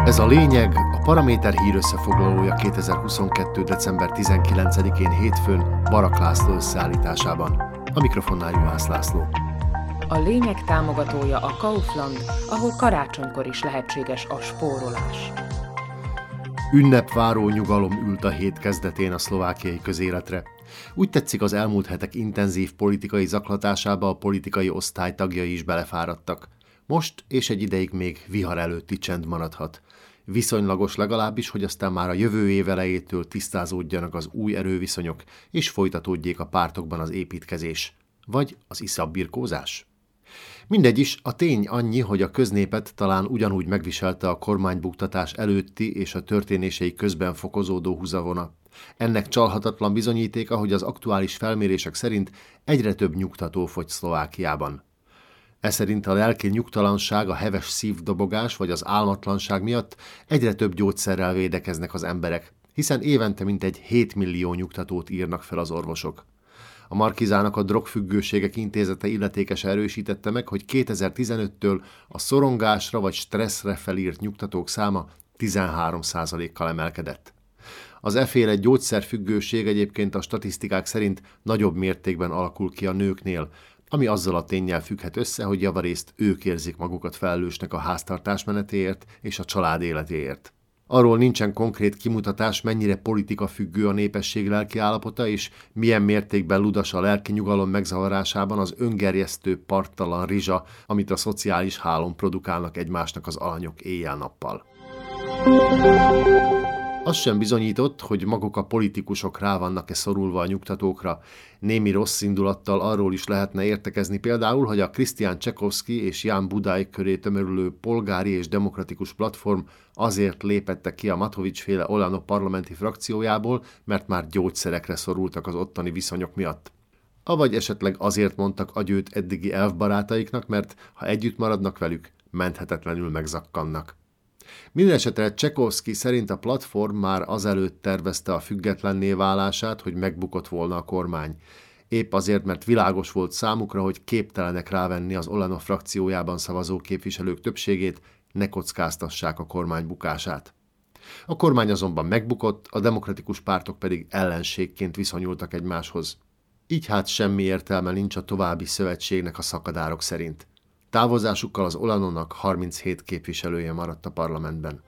Ez a lényeg, a Paraméter hír összefoglalója 2022. december 19-én hétfőn Barak László összeállításában. A mikrofonnál Juhász László. A lényeg támogatója a Kaufland, ahol karácsonykor is lehetséges a spórolás. Ünnepváró nyugalom ült a hét kezdetén a szlovákiai közéletre. Úgy tetszik, az elmúlt hetek intenzív politikai zaklatásába a politikai osztály tagjai is belefáradtak. Most és egy ideig még vihar előtti csend maradhat. Viszonylagos legalábbis, hogy aztán már a jövő év elejétől tisztázódjanak az új erőviszonyok, és folytatódjék a pártokban az építkezés. Vagy az iszabbirkózás? Mindegy is, a tény annyi, hogy a köznépet talán ugyanúgy megviselte a kormánybuktatás előtti és a történései közben fokozódó húzavona. Ennek csalhatatlan bizonyítéka, hogy az aktuális felmérések szerint egyre több nyugtató fogy Szlovákiában. Eszerint a lelki nyugtalanság, a heves szívdobogás vagy az álmatlanság miatt egyre több gyógyszerrel védekeznek az emberek, hiszen évente mintegy 7 millió nyugtatót írnak fel az orvosok. A Markizának a Drogfüggőségek Intézete illetékese erősítette meg, hogy 2015-től a szorongásra vagy stresszre felírt nyugtatók száma 13%-kal emelkedett. Az efféle gyógyszerfüggőség egyébként a statisztikák szerint nagyobb mértékben alakul ki a nőknél, ami azzal a ténnyel függhet össze, hogy javarészt ők érzik magukat felelősnek a háztartás menetéért és a család életéért. Arról nincsen konkrét kimutatás, mennyire politika függő a népesség lelki állapota, és milyen mértékben ludas a lelki nyugalom megzavarásában az öngerjesztő, parttalan rizsa, amit a szociális hálón produkálnak egymásnak az alanyok éjjel-nappal. Az sem bizonyított, hogy maguk a politikusok rá vannak-e szorulva a nyugtatókra. Némi rossz indulattal arról is lehetne értekezni például, hogy a Krisztián Csekovszky és Jan Budaj köré tömörülő polgári és demokratikus platform azért lépette ki a Matovics-féle Olano parlamenti frakciójából, mert már gyógyszerekre szorultak az ottani viszonyok miatt. Avagy esetleg azért mondtak agyőt eddigi elfbarátaiknak, mert ha együtt maradnak velük, menthetetlenül megzakkannak. Mindenesetre Csekovszky szerint a platform már azelőtt tervezte a függetlenné válását, hogy megbukott volna a kormány. Épp azért, mert világos volt számukra, hogy képtelenek rávenni az Olano frakciójában szavazó képviselők többségét, ne kockáztassák a kormány bukását. A kormány azonban megbukott, a demokratikus pártok pedig ellenségként viszonyultak egymáshoz. Így hát semmi értelme nincs a további szövetségnek a szakadárok szerint. Távozásukkal az Olanonak 37 képviselője maradt a parlamentben.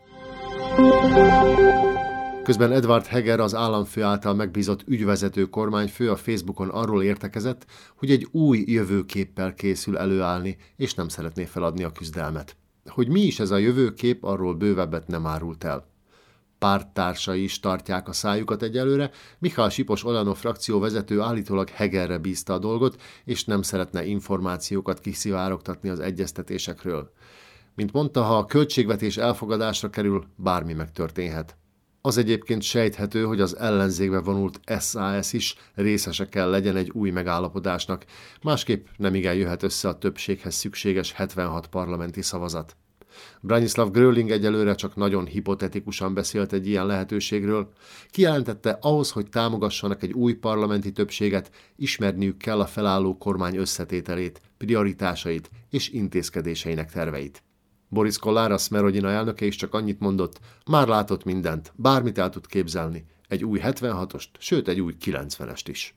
Közben Edvard Heger, az államfő által megbízott ügyvezető kormányfő a Facebookon arról értekezett, hogy egy új jövőképpel készül előállni, és nem szeretné feladni a küzdelmet. Hogy mi is ez a jövőkép, arról bővebbet nem árult el. Párttársai is tartják a szájukat egyelőre, Mihály Sipos Olano frakció vezető állítólag Hegerre bízta a dolgot, és nem szeretne információkat kiszivárogtatni az egyeztetésekről. Mint mondta, ha a költségvetés elfogadásra kerül, bármi megtörténhet. Az egyébként sejthető, hogy az ellenzékbe vonult SZSZ is részese kell legyen egy új megállapodásnak, másképp nemigen jöhet össze a többséghez szükséges 76 parlamenti szavazat. Branislav Gröling egyelőre csak nagyon hipotetikusan beszélt egy ilyen lehetőségről. Kijelentette, ahhoz, hogy támogassanak egy új parlamenti többséget, ismerniük kell a felálló kormány összetételét, prioritásait és intézkedéseinek terveit. Boris Kollár, a Smerodina elnöke is csak annyit mondott, már látott mindent, bármit el tud képzelni, egy új 76-ost, sőt egy új 90-est is.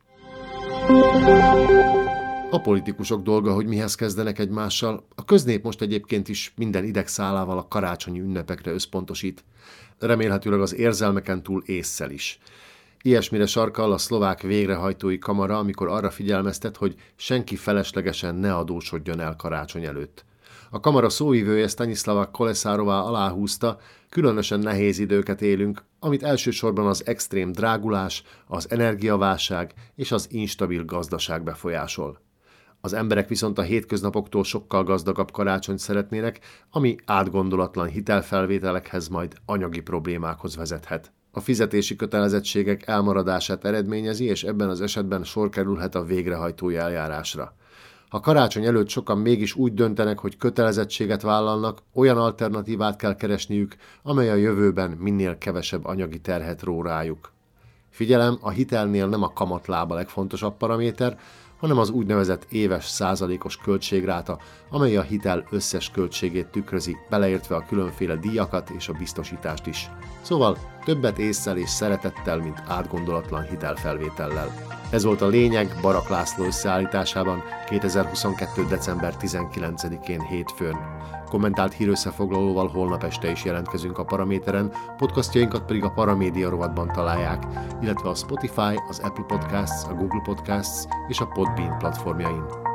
A politikusok dolga, hogy mihez kezdenek egymással, a köznép most egyébként is minden idegszálával a karácsonyi ünnepekre összpontosít. Remélhetőleg az érzelmeken túl ésszel is. Ilyesmire sarkal a szlovák végrehajtói kamara, amikor arra figyelmeztet, hogy senki feleslegesen ne adósodjon el karácsony előtt. A kamara szóvivője Stanislava Kolesárová aláhúzta, különösen nehéz időket élünk, amit elsősorban az extrém drágulás, az energiaválság és az instabil gazdaság befolyásol. Az emberek viszont a hétköznapoktól sokkal gazdagabb karácsonyt szeretnének, ami átgondolatlan hitelfelvételekhez, majd anyagi problémákhoz vezethet. A fizetési kötelezettségek elmaradását eredményezi, és ebben az esetben sor kerülhet a végrehajtói eljárásra. Ha karácsony előtt sokan mégis úgy döntenek, hogy kötelezettséget vállalnak, olyan alternatívát kell keresniük, amely a jövőben minél kevesebb anyagi terhet ró rájuk. Figyelem, a hitelnél nem a kamatláb a legfontosabb paraméter, hanem az úgynevezett éves százalékos költségráta, amely a hitel összes költségét tükrözi, beleértve a különféle díjakat és a biztosítást is. Szóval többet ésszel és szeretettel, mint átgondolatlan hitelfelvétellel. Ez volt a lényeg Barak László összeállításában 2022. december 19-én hétfőn. Kommentált hírösszefoglalóval holnap este is jelentkezünk a Paraméteren, podcastjainkat pedig a Paramédia rovatban találják, illetve a Spotify, az Apple Podcasts, a Google Podcasts és a Podbean platformjain.